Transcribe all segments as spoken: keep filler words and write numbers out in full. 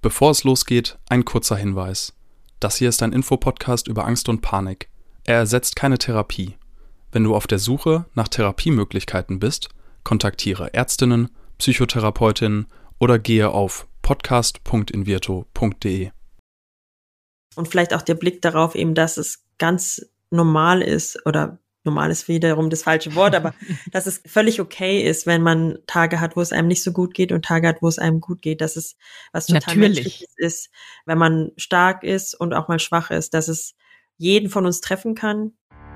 Bevor es losgeht, ein kurzer Hinweis. Das hier ist ein Infopodcast über Angst und Panik. Er ersetzt keine Therapie. Wenn du auf der Suche nach Therapiemöglichkeiten bist, kontaktiere Ärztinnen, Psychotherapeutinnen oder gehe auf podcast punkt invirto punkt de. Und vielleicht auch der Blick darauf eben, dass es ganz normal ist, oder normal ist wiederum das falsche Wort, aber dass es völlig okay ist, wenn man Tage hat, wo es einem nicht so gut geht und Tage hat, wo es einem gut geht, dass es was total Natürlich. Menschliches ist, wenn man stark ist und auch mal schwach ist, dass es jeden von uns treffen kann.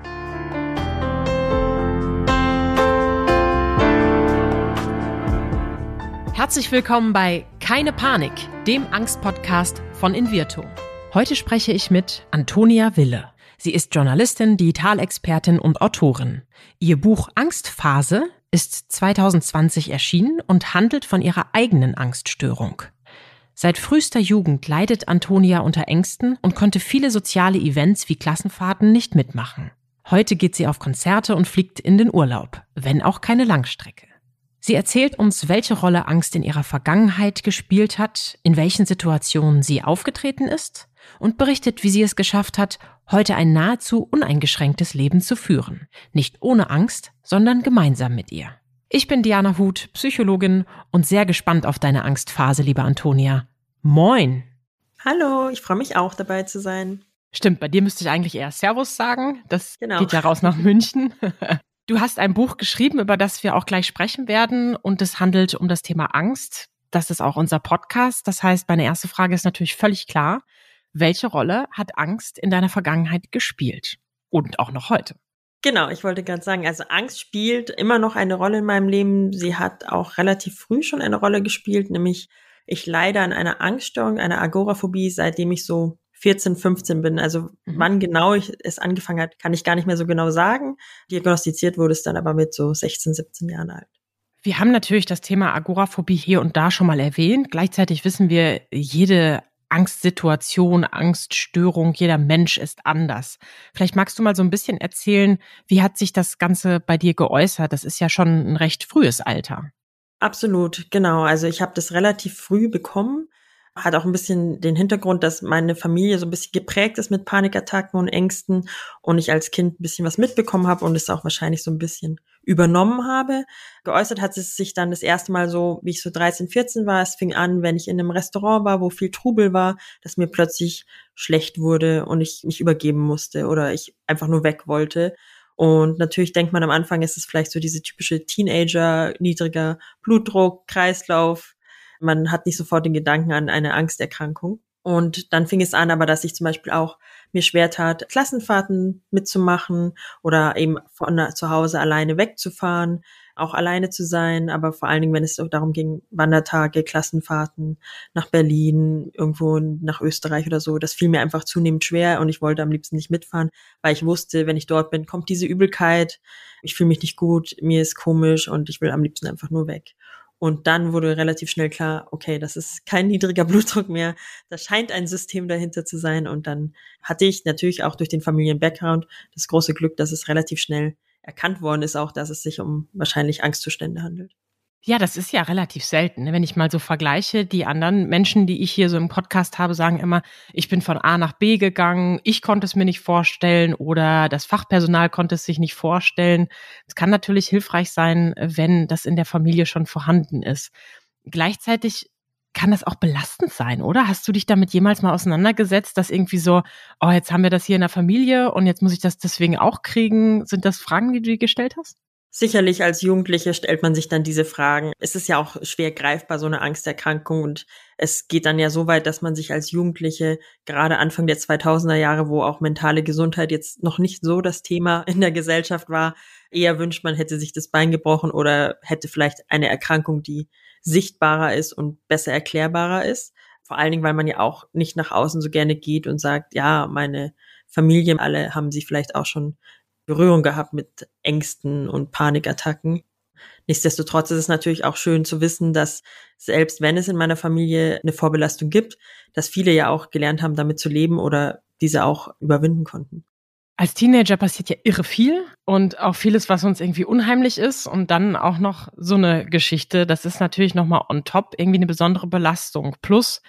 Herzlich willkommen bei Keine Panik, dem Angstpodcast von Invirto. Heute spreche ich mit Antonia Wille. Sie ist Journalistin, Digitalexpertin und Autorin. Ihr Buch Angstphase ist zwanzig zwanzig erschienen und handelt von ihrer eigenen Angststörung. Seit frühester Jugend leidet Antonia unter Ängsten und konnte viele soziale Events wie Klassenfahrten nicht mitmachen. Heute geht sie auf Konzerte und fliegt in den Urlaub, wenn auch keine Langstrecke. Sie erzählt uns, welche Rolle Angst in ihrer Vergangenheit gespielt hat, in welchen Situationen sie aufgetreten ist und berichtet, wie sie es geschafft hat, heute ein nahezu uneingeschränktes Leben zu führen. Nicht ohne Angst, sondern gemeinsam mit ihr. Ich bin Diana Huth, Psychologin und sehr gespannt auf deine Angstphase, liebe Antonia. Moin! Hallo, ich freue mich auch, dabei zu sein. Stimmt, bei dir müsste ich eigentlich eher Servus sagen. Das Genau. Geht ja raus nach München. Du hast ein Buch geschrieben, über das wir auch gleich sprechen werden, und es handelt um das Thema Angst. Das ist auch unser Podcast. Das heißt, meine erste Frage ist natürlich völlig klar. Welche Rolle hat Angst in deiner Vergangenheit gespielt? Und auch noch heute? Genau, ich wollte gerade sagen, also Angst spielt immer noch eine Rolle in meinem Leben. Sie hat auch relativ früh schon eine Rolle gespielt, nämlich ich leide an einer Angststörung, einer Agoraphobie, seitdem ich so vierzehn, fünfzehn bin. Also mhm. wann genau ich es angefangen hat, kann ich gar nicht mehr so genau sagen. Diagnostiziert wurde es dann aber mit so sechzehn, siebzehn Jahren alt. Wir haben natürlich das Thema Agoraphobie hier und da schon mal erwähnt. Gleichzeitig wissen wir, jede Angstsituation, Angststörung, jeder Mensch ist anders. Vielleicht magst du mal so ein bisschen erzählen, wie hat sich das Ganze bei dir geäußert? Das ist ja schon ein recht frühes Alter. Absolut, genau. Also ich habe das relativ früh bekommen. Hat auch ein bisschen den Hintergrund, dass meine Familie so ein bisschen geprägt ist mit Panikattacken und Ängsten und ich als Kind ein bisschen was mitbekommen habe und es auch wahrscheinlich so ein bisschen übernommen habe. Geäußert hat es sich dann das erste Mal so, wie ich so dreizehn, vierzehn war. Es fing an, wenn ich in einem Restaurant war, wo viel Trubel war, dass mir plötzlich schlecht wurde und ich mich übergeben musste oder ich einfach nur weg wollte. Und natürlich denkt man am Anfang, ist es vielleicht so diese typische Teenager, niedriger Blutdruck, Kreislauf. Man hat nicht sofort den Gedanken an eine Angsterkrankung. Und dann fing es an, aber dass ich zum Beispiel auch mir schwer tat, Klassenfahrten mitzumachen oder eben von zu Hause alleine wegzufahren, auch alleine zu sein, aber vor allen Dingen, wenn es so darum ging, Wandertage, Klassenfahrten nach Berlin, irgendwo nach Österreich oder so, das fiel mir einfach zunehmend schwer und ich wollte am liebsten nicht mitfahren, weil ich wusste, wenn ich dort bin, kommt diese Übelkeit, ich fühle mich nicht gut, mir ist komisch und ich will am liebsten einfach nur weg. Und dann wurde relativ schnell klar, okay, das ist kein niedriger Blutdruck mehr, da scheint ein System dahinter zu sein. Und dann hatte ich natürlich auch durch den Familien-Background das große Glück, dass es relativ schnell erkannt worden ist, auch dass es sich um wahrscheinlich Angstzustände handelt. Ja, das ist ja relativ selten. Wenn ich mal so vergleiche, die anderen Menschen, die ich hier so im Podcast habe, sagen immer, ich bin von A nach B gegangen, ich konnte es mir nicht vorstellen oder das Fachpersonal konnte es sich nicht vorstellen. Es kann natürlich hilfreich sein, wenn das in der Familie schon vorhanden ist. Gleichzeitig kann das auch belastend sein, oder? Hast du dich damit jemals mal auseinandergesetzt, dass irgendwie so, oh, jetzt haben wir das hier in der Familie und jetzt muss ich das deswegen auch kriegen? Sind das Fragen, die du dir gestellt hast? Sicherlich als Jugendliche stellt man sich dann diese Fragen. Es ist ja auch schwer greifbar, so eine Angsterkrankung. Und es geht dann ja so weit, dass man sich als Jugendliche, gerade Anfang der zweitausender Jahre, wo auch mentale Gesundheit jetzt noch nicht so das Thema in der Gesellschaft war, eher wünscht, man hätte sich das Bein gebrochen oder hätte vielleicht eine Erkrankung, die sichtbarer ist und besser erklärbarer ist. Vor allen Dingen, weil man ja auch nicht nach außen so gerne geht und sagt, ja, meine Familie, alle haben sie vielleicht auch schon Berührung gehabt mit Ängsten und Panikattacken. Nichtsdestotrotz ist es natürlich auch schön zu wissen, dass selbst wenn es in meiner Familie eine Vorbelastung gibt, dass viele ja auch gelernt haben, damit zu leben oder diese auch überwinden konnten. Als Teenager passiert ja irre viel und auch vieles, was uns irgendwie unheimlich ist und dann auch noch so eine Geschichte, das ist natürlich nochmal on top irgendwie eine besondere Belastung. Plus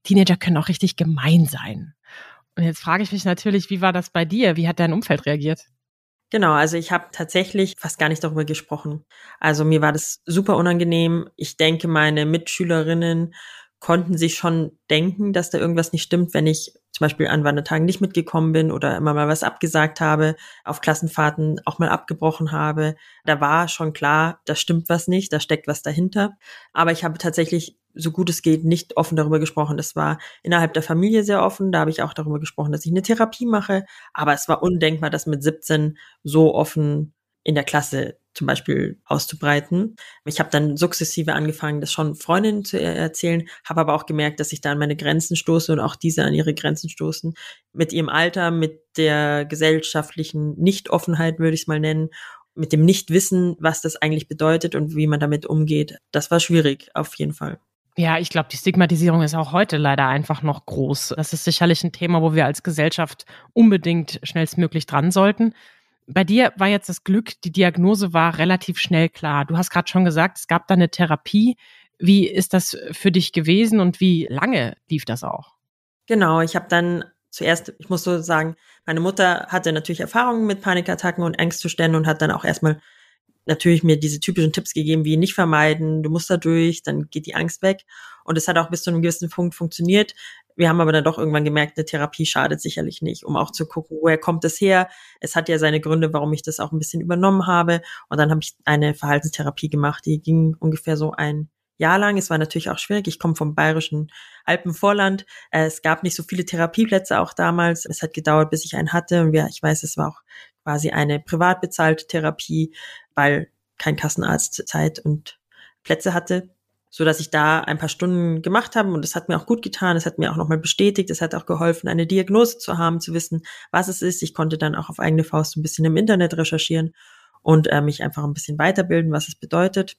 Teenager können auch richtig gemein sein. Und jetzt frage ich mich natürlich, wie war das bei dir? Wie hat dein Umfeld reagiert? Genau, also ich habe tatsächlich fast gar nicht darüber gesprochen. Also mir war das super unangenehm. Ich denke, meine Mitschülerinnen konnten sich schon denken, dass da irgendwas nicht stimmt, wenn ich zum Beispiel an Wandertagen nicht mitgekommen bin oder immer mal was abgesagt habe, auf Klassenfahrten auch mal abgebrochen habe. Da war schon klar, da stimmt was nicht, da steckt was dahinter. Aber ich habe tatsächlich, so gut es geht, nicht offen darüber gesprochen. Das war innerhalb der Familie sehr offen. Da habe ich auch darüber gesprochen, dass ich eine Therapie mache. Aber es war undenkbar, das mit siebzehn so offen in der Klasse zum Beispiel auszubreiten. Ich habe dann sukzessive angefangen, das schon Freundinnen zu erzählen, habe aber auch gemerkt, dass ich da an meine Grenzen stoße und auch diese an ihre Grenzen stoßen. Mit ihrem Alter, mit der gesellschaftlichen Nichtoffenheit, würde ich es mal nennen, mit dem Nichtwissen, was das eigentlich bedeutet und wie man damit umgeht. Das war schwierig, auf jeden Fall. Ja, ich glaube, die Stigmatisierung ist auch heute leider einfach noch groß. Das ist sicherlich ein Thema, wo wir als Gesellschaft unbedingt schnellstmöglich dran sollten. Bei dir war jetzt das Glück, die Diagnose war relativ schnell klar. Du hast gerade schon gesagt, es gab da eine Therapie. Wie ist das für dich gewesen und wie lange lief das auch? Genau, ich habe dann zuerst, ich muss so sagen, meine Mutter hatte natürlich Erfahrungen mit Panikattacken und Angstzuständen und hat dann auch erstmal natürlich mir diese typischen Tipps gegeben, wie nicht vermeiden, du musst da durch, dann geht die Angst weg. Und es hat auch bis zu einem gewissen Punkt funktioniert. Wir haben aber dann doch irgendwann gemerkt, eine Therapie schadet sicherlich nicht, um auch zu gucken, woher kommt es her. Es hat ja seine Gründe, warum ich das auch ein bisschen übernommen habe. Und dann habe ich eine Verhaltenstherapie gemacht, die ging ungefähr so ein Jahr lang. Es war natürlich auch schwierig. Ich komme vom bayerischen Alpenvorland. Es gab nicht so viele Therapieplätze auch damals. Es hat gedauert, bis ich einen hatte. Und ich weiß, es war auch quasi eine privat bezahlte Therapie, weil kein Kassenarzt Zeit und Plätze hatte, so dass ich da ein paar Stunden gemacht habe und das hat mir auch gut getan. Es hat mir auch nochmal bestätigt. Es hat auch geholfen, eine Diagnose zu haben, zu wissen, was es ist. Ich konnte dann auch auf eigene Faust ein bisschen im Internet recherchieren und äh, mich einfach ein bisschen weiterbilden, was es bedeutet.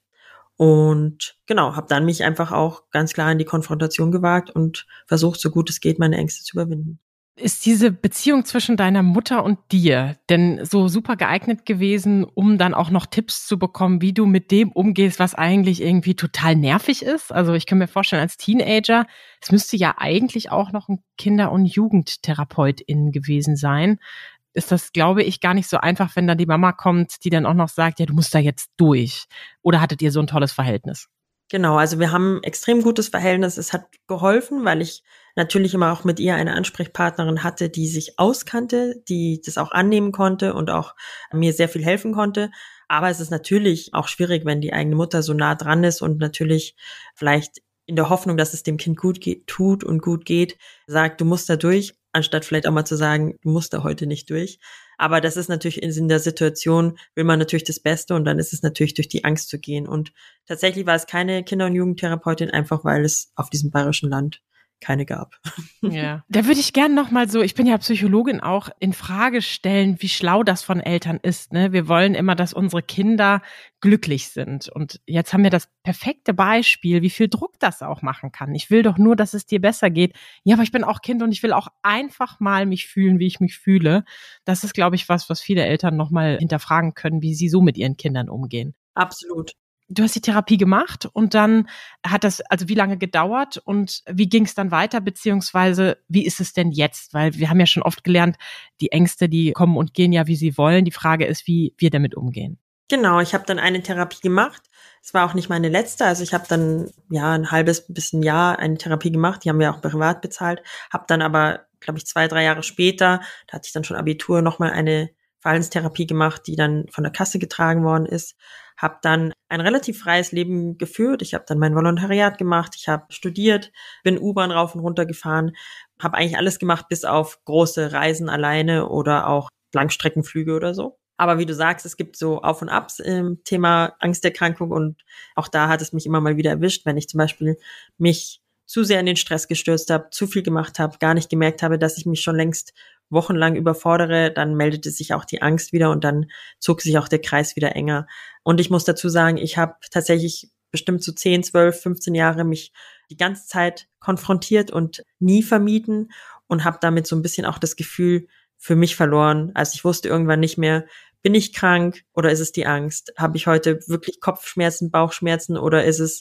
Und genau, habe dann mich einfach auch ganz klar in die Konfrontation gewagt und versucht, so gut es geht, meine Ängste zu überwinden. Ist diese Beziehung zwischen deiner Mutter und dir denn so super geeignet gewesen, um dann auch noch Tipps zu bekommen, wie du mit dem umgehst, was eigentlich irgendwie total nervig ist? Also ich kann mir vorstellen, als Teenager, es müsste ja eigentlich auch noch ein Kinder- und Jugendtherapeutin gewesen sein. Ist das, glaube ich, gar nicht so einfach, wenn dann die Mama kommt, die dann auch noch sagt, ja, du musst da jetzt durch. Oder hattet ihr so ein tolles Verhältnis? Genau, also wir haben ein extrem gutes Verhältnis. Es hat geholfen, weil ich natürlich immer auch mit ihr eine Ansprechpartnerin hatte, die sich auskannte, die das auch annehmen konnte und auch mir sehr viel helfen konnte. Aber es ist natürlich auch schwierig, wenn die eigene Mutter so nah dran ist und natürlich vielleicht in der Hoffnung, dass es dem Kind gut geht, tut und gut geht, sagt, du musst da durch, anstatt vielleicht auch mal zu sagen, du musst da heute nicht durch. Aber das ist natürlich in der Situation, will man natürlich das Beste und dann ist es natürlich durch die Angst zu gehen. Und tatsächlich war es keine Kinder- und Jugendtherapeutin, einfach weil es auf diesem bayerischen Land keine gab. Ja, da würde ich gerne noch mal so, ich bin ja Psychologin auch, in Frage stellen, wie schlau das von Eltern ist. Ne? Wir wollen immer, dass unsere Kinder glücklich sind. Und jetzt haben wir das perfekte Beispiel, wie viel Druck das auch machen kann. Ich will doch nur, dass es dir besser geht. Ja, aber ich bin auch Kind und ich will auch einfach mal mich fühlen, wie ich mich fühle. Das ist, glaube ich, was, was viele Eltern noch mal hinterfragen können, wie sie so mit ihren Kindern umgehen. Absolut. Du hast die Therapie gemacht und dann hat das, also wie lange gedauert und wie ging es dann weiter, beziehungsweise wie ist es denn jetzt? Weil wir haben ja schon oft gelernt, die Ängste, die kommen und gehen ja, wie sie wollen. Die Frage ist, wie wir damit umgehen. Genau, ich habe dann eine Therapie gemacht. Es war auch nicht meine letzte, also ich habe dann ja ein halbes bis ein Jahr eine Therapie gemacht. Die haben wir auch privat bezahlt. Habe dann aber, glaube ich, zwei, drei Jahre später, da hatte ich dann schon Abitur, nochmal eine Verhaltenstherapie gemacht, die dann von der Kasse getragen worden ist. Habe dann ein relativ freies Leben geführt. Ich habe dann mein Volontariat gemacht, ich habe studiert, bin U-Bahn rauf und runter gefahren, habe eigentlich alles gemacht, bis auf große Reisen alleine oder auch Langstreckenflüge oder so. Aber wie du sagst, es gibt so Auf und Abs im Thema Angsterkrankung und auch da hat es mich immer mal wieder erwischt, wenn ich zum Beispiel mich zu sehr in den Stress gestürzt habe, zu viel gemacht habe, gar nicht gemerkt habe, dass ich mich schon längst wochenlang überfordere, dann meldete sich auch die Angst wieder und dann zog sich auch der Kreis wieder enger. Und ich muss dazu sagen, ich habe tatsächlich bestimmt so zehn, zwölf, fünfzehn Jahre mich die ganze Zeit konfrontiert und nie vermieden und habe damit so ein bisschen auch das Gefühl für mich verloren. Also ich wusste irgendwann nicht mehr, bin ich krank oder ist es die Angst? Habe ich heute wirklich Kopfschmerzen, Bauchschmerzen oder ist es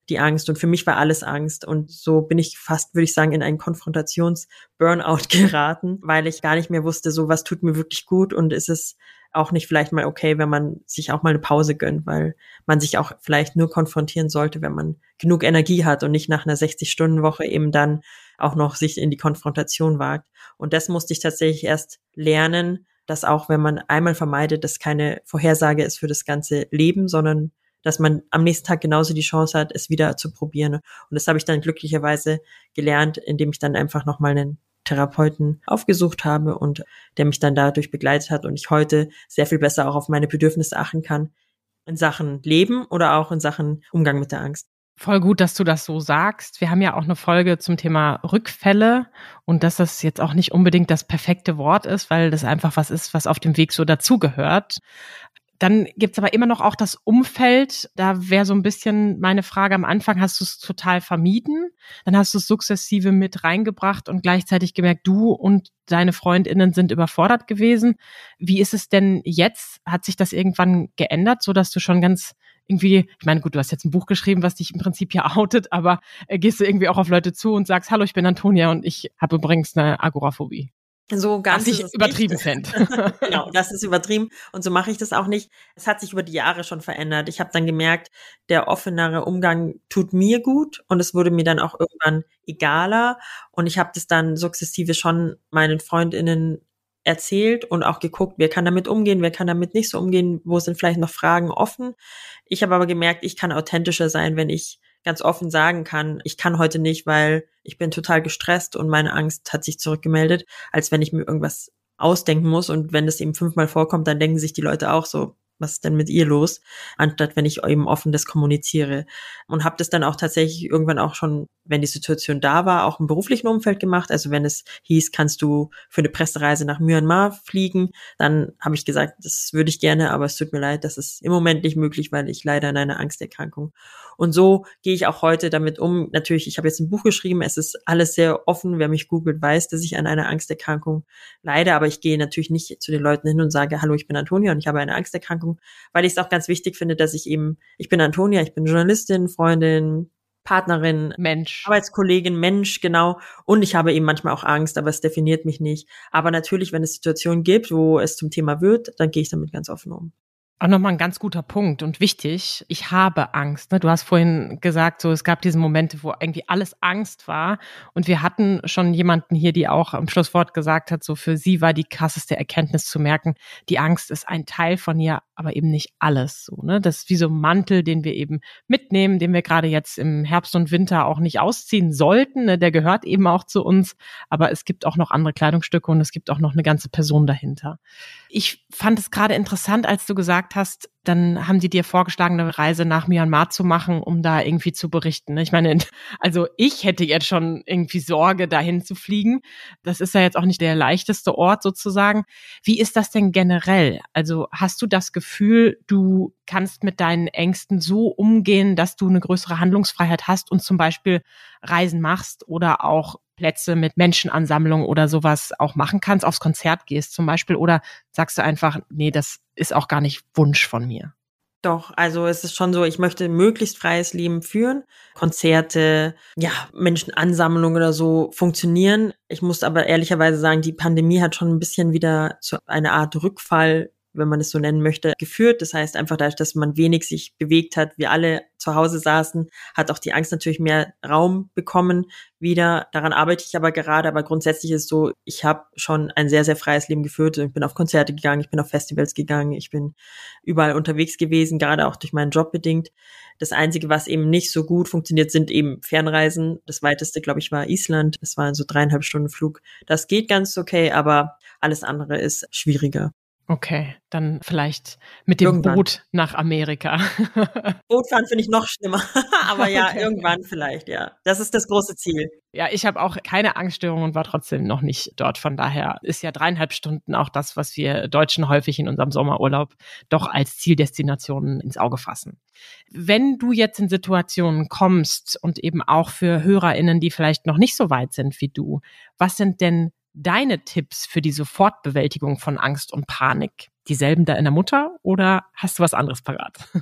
die Angst. Und für mich war alles Angst. Und so bin ich fast, würde ich sagen, in einen Konfrontations-Burnout geraten, weil ich gar nicht mehr wusste, so was tut mir wirklich gut und ist es auch nicht vielleicht mal okay, wenn man sich auch mal eine Pause gönnt, weil man sich auch vielleicht nur konfrontieren sollte, wenn man genug Energie hat und nicht nach einer sechzig-Stunden-Woche eben dann auch noch sich in die Konfrontation wagt. Und das musste ich tatsächlich erst lernen, dass auch wenn man einmal vermeidet, dass keine Vorhersage ist für das ganze Leben, sondern dass man am nächsten Tag genauso die Chance hat, es wieder zu probieren. Und das habe ich dann glücklicherweise gelernt, indem ich dann einfach nochmal einen Therapeuten aufgesucht habe und der mich dann dadurch begleitet hat und ich heute sehr viel besser auch auf meine Bedürfnisse achten kann in Sachen Leben oder auch in Sachen Umgang mit der Angst. Voll gut, dass du das so sagst. Wir haben ja auch eine Folge zum Thema Rückfälle und dass das jetzt auch nicht unbedingt das perfekte Wort ist, weil das einfach was ist, was auf dem Weg so dazugehört. Dann gibt's aber immer noch auch das Umfeld. Da wäre so ein bisschen meine Frage am Anfang, hast du es total vermieden? Dann hast du es sukzessive mit reingebracht und gleichzeitig gemerkt, du und deine FreundInnen sind überfordert gewesen. Wie ist es denn jetzt? Hat sich das irgendwann geändert, so dass du schon ganz irgendwie, ich meine, gut, du hast jetzt ein Buch geschrieben, was dich im Prinzip ja outet, aber äh, gehst du irgendwie auch auf Leute zu und sagst, hallo, ich bin Antonia und ich habe übrigens eine Agoraphobie. So ganz was ich übertrieben finde. Genau, das ist übertrieben und so mache ich das auch nicht. Es hat sich über die Jahre schon verändert. Ich habe dann gemerkt, der offenere Umgang tut mir gut und es wurde mir dann auch irgendwann egaler und ich habe das dann sukzessive schon meinen FreundInnen erzählt und auch geguckt, wer kann damit umgehen, wer kann damit nicht so umgehen, wo sind vielleicht noch Fragen offen. Ich habe aber gemerkt, ich kann authentischer sein, wenn ich ganz offen sagen kann, ich kann heute nicht, weil ich bin total gestresst und meine Angst hat sich zurückgemeldet, als wenn ich mir irgendwas ausdenken muss und wenn das eben fünfmal vorkommt, dann denken sich die Leute auch so, was ist denn mit ihr los, anstatt wenn ich eben offen das kommuniziere. Und habe das dann auch tatsächlich irgendwann auch schon, wenn die Situation da war, auch im beruflichen Umfeld gemacht. Also wenn es hieß, kannst du für eine Pressereise nach Myanmar fliegen, dann habe ich gesagt, das würde ich gerne, aber es tut mir leid, das ist im Moment nicht möglich, weil ich leider an einer Angsterkrankung. Und so gehe ich auch heute damit um. Natürlich, ich habe jetzt ein Buch geschrieben, es ist alles sehr offen. Wer mich googelt, weiß, dass ich an einer Angsterkrankung leide, aber ich gehe natürlich nicht zu den Leuten hin und sage, hallo, ich bin Antonia und ich habe eine Angsterkrankung, weil ich es auch ganz wichtig finde, dass ich eben, ich bin Antonia, ich bin Journalistin, Freundin, Partnerin, Mensch, Arbeitskollegin, Mensch, genau. Und ich habe eben manchmal auch Angst, aber es definiert mich nicht. Aber natürlich, wenn es Situationen gibt, wo es zum Thema wird, dann gehe ich damit ganz offen um. Auch nochmal ein ganz guter Punkt und wichtig. Ich habe Angst. Ne? Du hast vorhin gesagt, so es gab diese Momente, wo irgendwie alles Angst war. Und wir hatten schon jemanden hier, die auch am Schlusswort gesagt hat, so für sie war die krasseste Erkenntnis zu merken, die Angst ist ein Teil von ihr, aber eben nicht alles. So, ne? Das ist wie so ein Mantel, den wir eben mitnehmen, den wir gerade jetzt im Herbst und Winter auch nicht ausziehen sollten. Ne? Der gehört eben auch zu uns. Aber es gibt auch noch andere Kleidungsstücke und es gibt auch noch eine ganze Person dahinter. Ich fand es gerade interessant, als du gesagt hast, dann haben die dir vorgeschlagen, eine Reise nach Myanmar zu machen, um da irgendwie zu berichten. Ich meine, also ich hätte jetzt schon irgendwie Sorge, dahin zu fliegen. Das ist ja jetzt auch nicht der leichteste Ort sozusagen. Wie ist das denn generell? Also hast du das Gefühl, du kannst mit deinen Ängsten so umgehen, dass du eine größere Handlungsfreiheit hast und zum Beispiel Reisen machst oder auch Plätze mit Menschenansammlungen oder sowas auch machen kannst, aufs Konzert gehst zum Beispiel, oder sagst du einfach, nee, das ist auch gar nicht Wunsch von mir? Doch, also es ist schon so, ich möchte möglichst freies Leben führen. Konzerte, ja, Menschenansammlungen oder so funktionieren. Ich muss aber ehrlicherweise sagen, die Pandemie hat schon ein bisschen wieder zu einer Art Rückfall, wenn man es so nennen möchte, geführt. Das heißt einfach dadurch, dass man wenig sich bewegt hat, wir alle zu Hause saßen, hat auch die Angst natürlich mehr Raum bekommen wieder. Daran arbeite ich aber gerade, aber grundsätzlich ist es so, ich habe schon ein sehr, sehr freies Leben geführt. Ich bin auf Konzerte gegangen, ich bin auf Festivals gegangen, ich bin überall unterwegs gewesen, gerade auch durch meinen Job bedingt. Das Einzige, was eben nicht so gut funktioniert, sind eben Fernreisen. Das weiteste, glaube ich, war Island. Das war so dreieinhalb Stunden Flug. Das geht ganz okay, aber alles andere ist schwieriger. Okay, dann vielleicht mit dem Irgendwann. Boot nach Amerika. Bootfahren finde ich noch schlimmer, aber ja, Okay. irgendwann vielleicht, ja. Das ist das große Ziel. Ja, ich habe auch keine Angststörung und war trotzdem noch nicht dort. Von daher ist ja dreieinhalb Stunden auch das, was wir Deutschen häufig in unserem Sommerurlaub doch als Zieldestinationen ins Auge fassen. Wenn du jetzt in Situationen kommst und eben auch für HörerInnen, die vielleicht noch nicht so weit sind wie du, was sind denn deine Tipps für die Sofortbewältigung von Angst und Panik? Dieselben da in der Mutter oder hast du was anderes parat?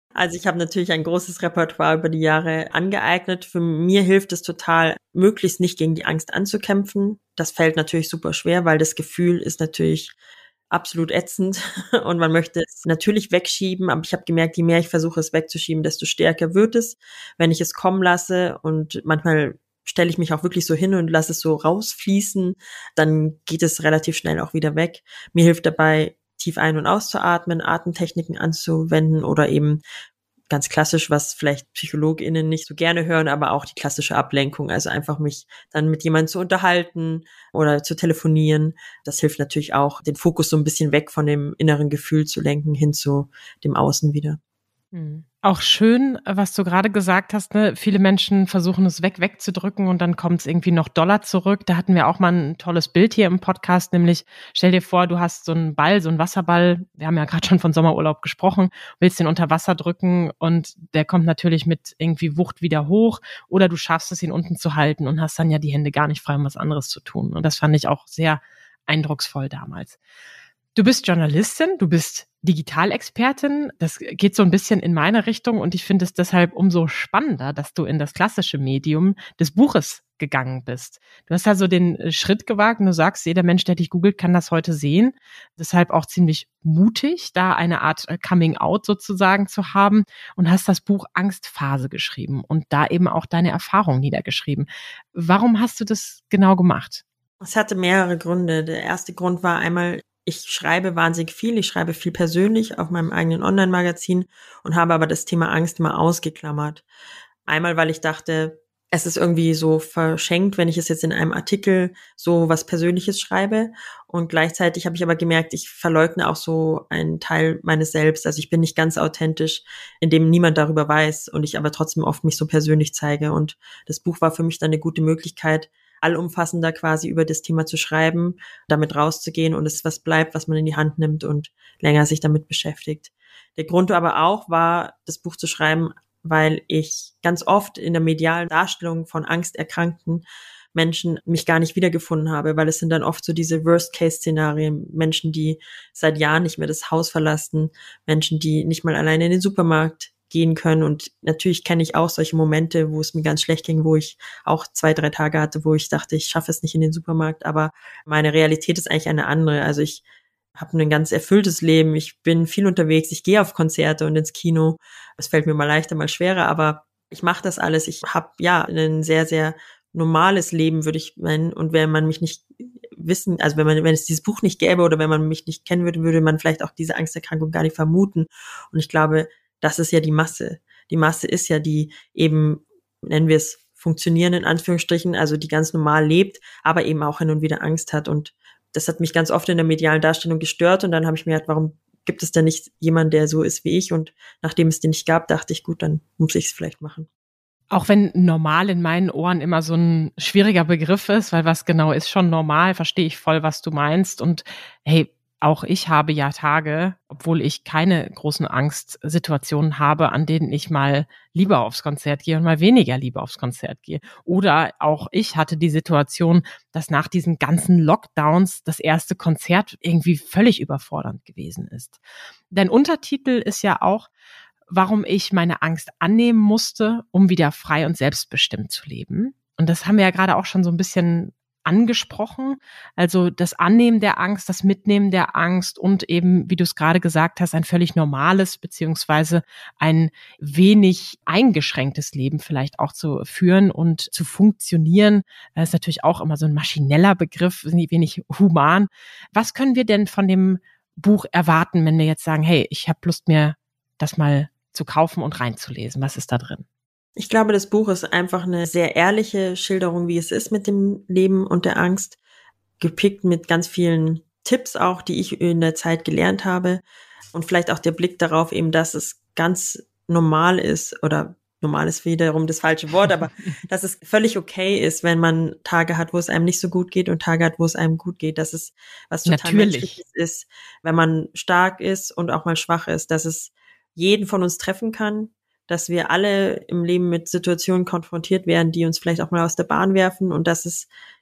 Also ich habe natürlich ein großes Repertoire über die Jahre angeeignet. Für mir hilft es total, möglichst nicht gegen die Angst anzukämpfen. Das fällt natürlich super schwer, weil das Gefühl ist natürlich absolut ätzend und man möchte es natürlich wegschieben. Aber ich habe gemerkt, je mehr ich versuche, es wegzuschieben, desto stärker wird es, wenn ich es kommen lasse. Und manchmal stelle ich mich auch wirklich so hin und lasse es so rausfließen. Dann geht es relativ schnell auch wieder weg. Mir hilft dabei, tief ein- und auszuatmen, Atemtechniken anzuwenden oder eben ganz klassisch, was vielleicht PsychologInnen nicht so gerne hören, aber auch die klassische Ablenkung. Also einfach mich dann mit jemandem zu unterhalten oder zu telefonieren. Das hilft natürlich auch, den Fokus so ein bisschen weg von dem inneren Gefühl zu lenken, hin zu dem Außen wieder. Mhm. Auch schön, was du gerade gesagt hast, ne? Viele Menschen versuchen es weg, wegzudrücken und dann kommt es irgendwie noch doller zurück. Da hatten wir auch mal ein tolles Bild hier im Podcast, nämlich stell dir vor, du hast so einen Ball, so einen Wasserball. Wir haben ja gerade schon von Sommerurlaub gesprochen, willst den unter Wasser drücken und der kommt natürlich mit irgendwie Wucht wieder hoch oder du schaffst es, ihn unten zu halten und hast dann ja die Hände gar nicht frei, um was anderes zu tun. Und das fand ich auch sehr eindrucksvoll damals. Du bist Journalistin, du bist Digitalexpertin. Das geht so ein bisschen in meine Richtung und ich finde es deshalb umso spannender, dass du in das klassische Medium des Buches gegangen bist. Du hast also den Schritt gewagt und du sagst, jeder Mensch, der dich googelt, kann das heute sehen. Deshalb auch ziemlich mutig, da eine Art Coming-out sozusagen zu haben und hast das Buch Angstphase geschrieben und da eben auch deine Erfahrungen niedergeschrieben. Warum hast du das genau gemacht? Es hatte mehrere Gründe. Der erste Grund war einmal, ich schreibe wahnsinnig viel, ich schreibe viel persönlich auf meinem eigenen Online-Magazin und habe aber das Thema Angst immer ausgeklammert. Einmal, weil ich dachte, es ist irgendwie so verschenkt, wenn ich es jetzt in einem Artikel so was Persönliches schreibe. Und gleichzeitig habe ich aber gemerkt, ich verleugne auch so einen Teil meines Selbst. Also ich bin nicht ganz authentisch, indem niemand darüber weiß und ich aber trotzdem oft mich so persönlich zeige. Und das Buch war für mich dann eine gute Möglichkeit, allumfassender quasi über das Thema zu schreiben, damit rauszugehen und es was bleibt, was man in die Hand nimmt und länger sich damit beschäftigt. Der Grund aber auch war, das Buch zu schreiben, weil ich ganz oft in der medialen Darstellung von angsterkrankten Menschen mich gar nicht wiedergefunden habe, weil es sind dann oft so diese Worst-Case-Szenarien, Menschen, die seit Jahren nicht mehr das Haus verlassen, Menschen, die nicht mal alleine in den Supermarkt gehen können. Und natürlich kenne ich auch solche Momente, wo es mir ganz schlecht ging, wo ich auch zwei, drei Tage hatte, wo ich dachte, ich schaffe es nicht in den Supermarkt. Aber meine Realität ist eigentlich eine andere. Also ich habe ein ganz erfülltes Leben. Ich bin viel unterwegs. Ich gehe auf Konzerte und ins Kino. Es fällt mir mal leichter, mal schwerer. Aber ich mache das alles. Ich habe ja ein sehr, sehr normales Leben, würde ich meinen. Und wenn man mich nicht wissen, also wenn man, wenn es dieses Buch nicht gäbe oder wenn man mich nicht kennen würde, würde man vielleicht auch diese Angsterkrankung gar nicht vermuten. Und ich glaube, das ist ja die Masse. Die Masse ist ja die eben, nennen wir es, funktionieren in Anführungsstrichen, also die ganz normal lebt, aber eben auch hin und wieder Angst hat. Und das hat mich ganz oft in der medialen Darstellung gestört. Und dann habe ich mir gedacht, warum gibt es denn nicht jemanden, der so ist wie ich? Und nachdem es den nicht gab, dachte ich, gut, dann muss ich es vielleicht machen. Auch wenn normal in meinen Ohren immer so ein schwieriger Begriff ist, weil was genau ist schon normal, verstehe ich voll, was du meinst. Und hey, auch ich habe ja Tage, obwohl ich keine großen Angstsituationen habe, an denen ich mal lieber aufs Konzert gehe und mal weniger lieber aufs Konzert gehe. Oder auch ich hatte die Situation, dass nach diesen ganzen Lockdowns das erste Konzert irgendwie völlig überfordernd gewesen ist. Dein Untertitel ist ja auch, warum ich meine Angst annehmen musste, um wieder frei und selbstbestimmt zu leben. Und das haben wir ja gerade auch schon so ein bisschen angesprochen, also das Annehmen der Angst, das Mitnehmen der Angst und eben, wie du es gerade gesagt hast, ein völlig normales beziehungsweise ein wenig eingeschränktes Leben vielleicht auch zu führen und zu funktionieren. Das ist natürlich auch immer so ein maschineller Begriff, wenig human. Was können wir denn von dem Buch erwarten, wenn wir jetzt sagen, hey, ich habe Lust, mir das mal zu kaufen und reinzulesen? Was ist da drin? Ich glaube, das Buch ist einfach eine sehr ehrliche Schilderung, wie es ist mit dem Leben und der Angst, gepickt mit ganz vielen Tipps auch, die ich in der Zeit gelernt habe und vielleicht auch der Blick darauf eben, dass es ganz normal ist oder normal ist wiederum das falsche Wort, aber dass es völlig okay ist, wenn man Tage hat, wo es einem nicht so gut geht und Tage hat, wo es einem gut geht, dass es was total Natürlich. Menschliches ist, wenn man stark ist und auch mal schwach ist, dass es jeden von uns treffen kann, dass wir alle im Leben mit Situationen konfrontiert werden, die uns vielleicht auch mal aus der Bahn werfen und dass es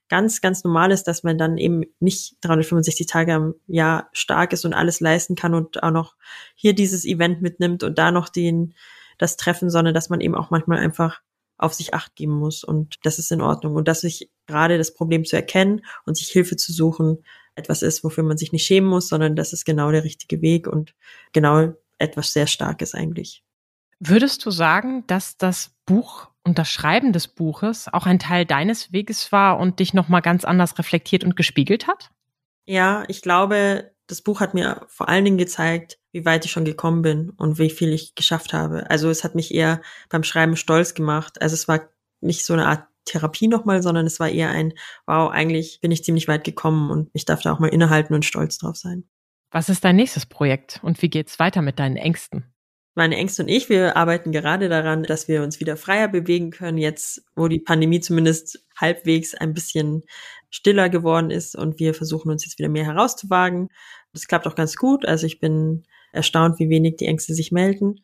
ganz, ganz normal ist, dass man dann eben nicht dreihundertfünfundsechzig Tage am Jahr stark ist und alles leisten kann und auch noch hier dieses Event mitnimmt und da noch den, das Treffen, sondern dass man eben auch manchmal einfach auf sich Acht geben muss und das ist in Ordnung. Und dass sich gerade das Problem zu erkennen und sich Hilfe zu suchen etwas ist, wofür man sich nicht schämen muss, sondern das ist genau der richtige Weg und genau etwas sehr Starkes eigentlich. Würdest du sagen, dass das Buch und das Schreiben des Buches auch ein Teil deines Weges war und dich nochmal ganz anders reflektiert und gespiegelt hat? Ja, ich glaube, das Buch hat mir vor allen Dingen gezeigt, wie weit ich schon gekommen bin und wie viel ich geschafft habe. Also es hat mich eher beim Schreiben stolz gemacht. Also es war nicht so eine Art Therapie nochmal, sondern es war eher ein, wow, eigentlich bin ich ziemlich weit gekommen und ich darf da auch mal innehalten und stolz drauf sein. Was ist dein nächstes Projekt und wie geht's weiter mit deinen Ängsten? Meine Ängste und ich, wir arbeiten gerade daran, dass wir uns wieder freier bewegen können, jetzt wo die Pandemie zumindest halbwegs ein bisschen stiller geworden ist und wir versuchen uns jetzt wieder mehr herauszuwagen. Das klappt auch ganz gut, also ich bin erstaunt, wie wenig die Ängste sich melden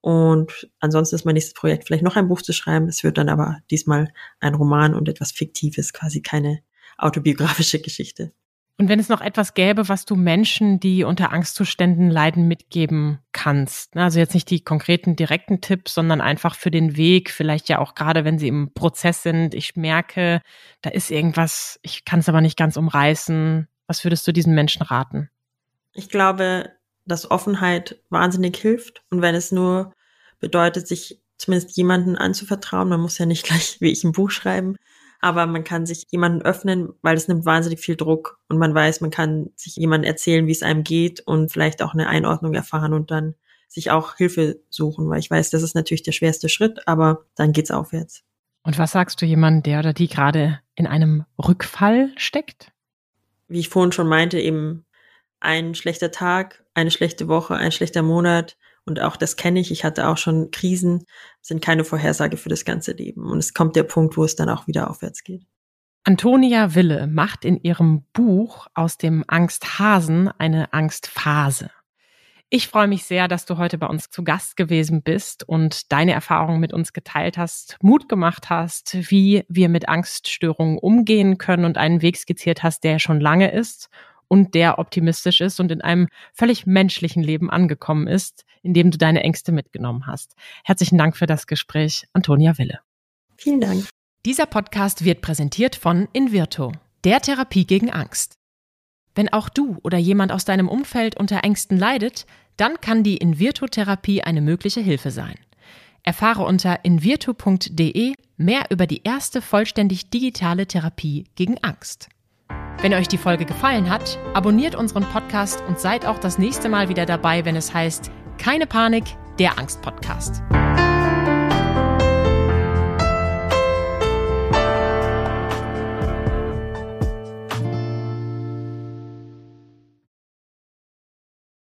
und ansonsten ist mein nächstes Projekt vielleicht noch ein Buch zu schreiben, es wird dann aber diesmal ein Roman und etwas Fiktives, quasi keine autobiografische Geschichte. Und wenn es noch etwas gäbe, was du Menschen, die unter Angstzuständen leiden, mitgeben kannst, also jetzt nicht die konkreten, direkten Tipps, sondern einfach für den Weg, vielleicht ja auch gerade, wenn sie im Prozess sind, ich merke, da ist irgendwas, ich kann es aber nicht ganz umreißen. Was würdest du diesen Menschen raten? Ich glaube, dass Offenheit wahnsinnig hilft und wenn es nur bedeutet, sich zumindest jemanden anzuvertrauen, man muss ja nicht gleich wie ich ein Buch schreiben, aber man kann sich jemanden öffnen, weil es nimmt wahnsinnig viel Druck und man weiß, man kann sich jemandem erzählen, wie es einem geht und vielleicht auch eine Einordnung erfahren und dann sich auch Hilfe suchen, weil ich weiß, das ist natürlich der schwerste Schritt, aber dann geht's aufwärts. Und was sagst du jemandem, der oder die gerade in einem Rückfall steckt? Wie ich vorhin schon meinte, eben ein schlechter Tag, eine schlechte Woche, ein schlechter Monat und auch das kenne ich, ich hatte auch schon Krisen, sind keine Vorhersage für das ganze Leben. Und es kommt der Punkt, wo es dann auch wieder aufwärts geht. Antonia Wille macht in ihrem Buch aus dem Angsthasen eine Angstphase. Ich freue mich sehr, dass du heute bei uns zu Gast gewesen bist und deine Erfahrungen mit uns geteilt hast, Mut gemacht hast, wie wir mit Angststörungen umgehen können und einen Weg skizziert hast, der schon lange ist und der optimistisch ist und in einem völlig menschlichen Leben angekommen ist, in dem du deine Ängste mitgenommen hast. Herzlichen Dank für das Gespräch, Antonia Wille. Vielen Dank. Dieser Podcast wird präsentiert von Invirto, der Therapie gegen Angst. Wenn auch du oder jemand aus deinem Umfeld unter Ängsten leidet, dann kann die Invirto-Therapie eine mögliche Hilfe sein. Erfahre unter invirto punkt de mehr über die erste vollständig digitale Therapie gegen Angst. Wenn euch die Folge gefallen hat, abonniert unseren Podcast und seid auch das nächste Mal wieder dabei, wenn es heißt, keine Panik, der Angst-Podcast.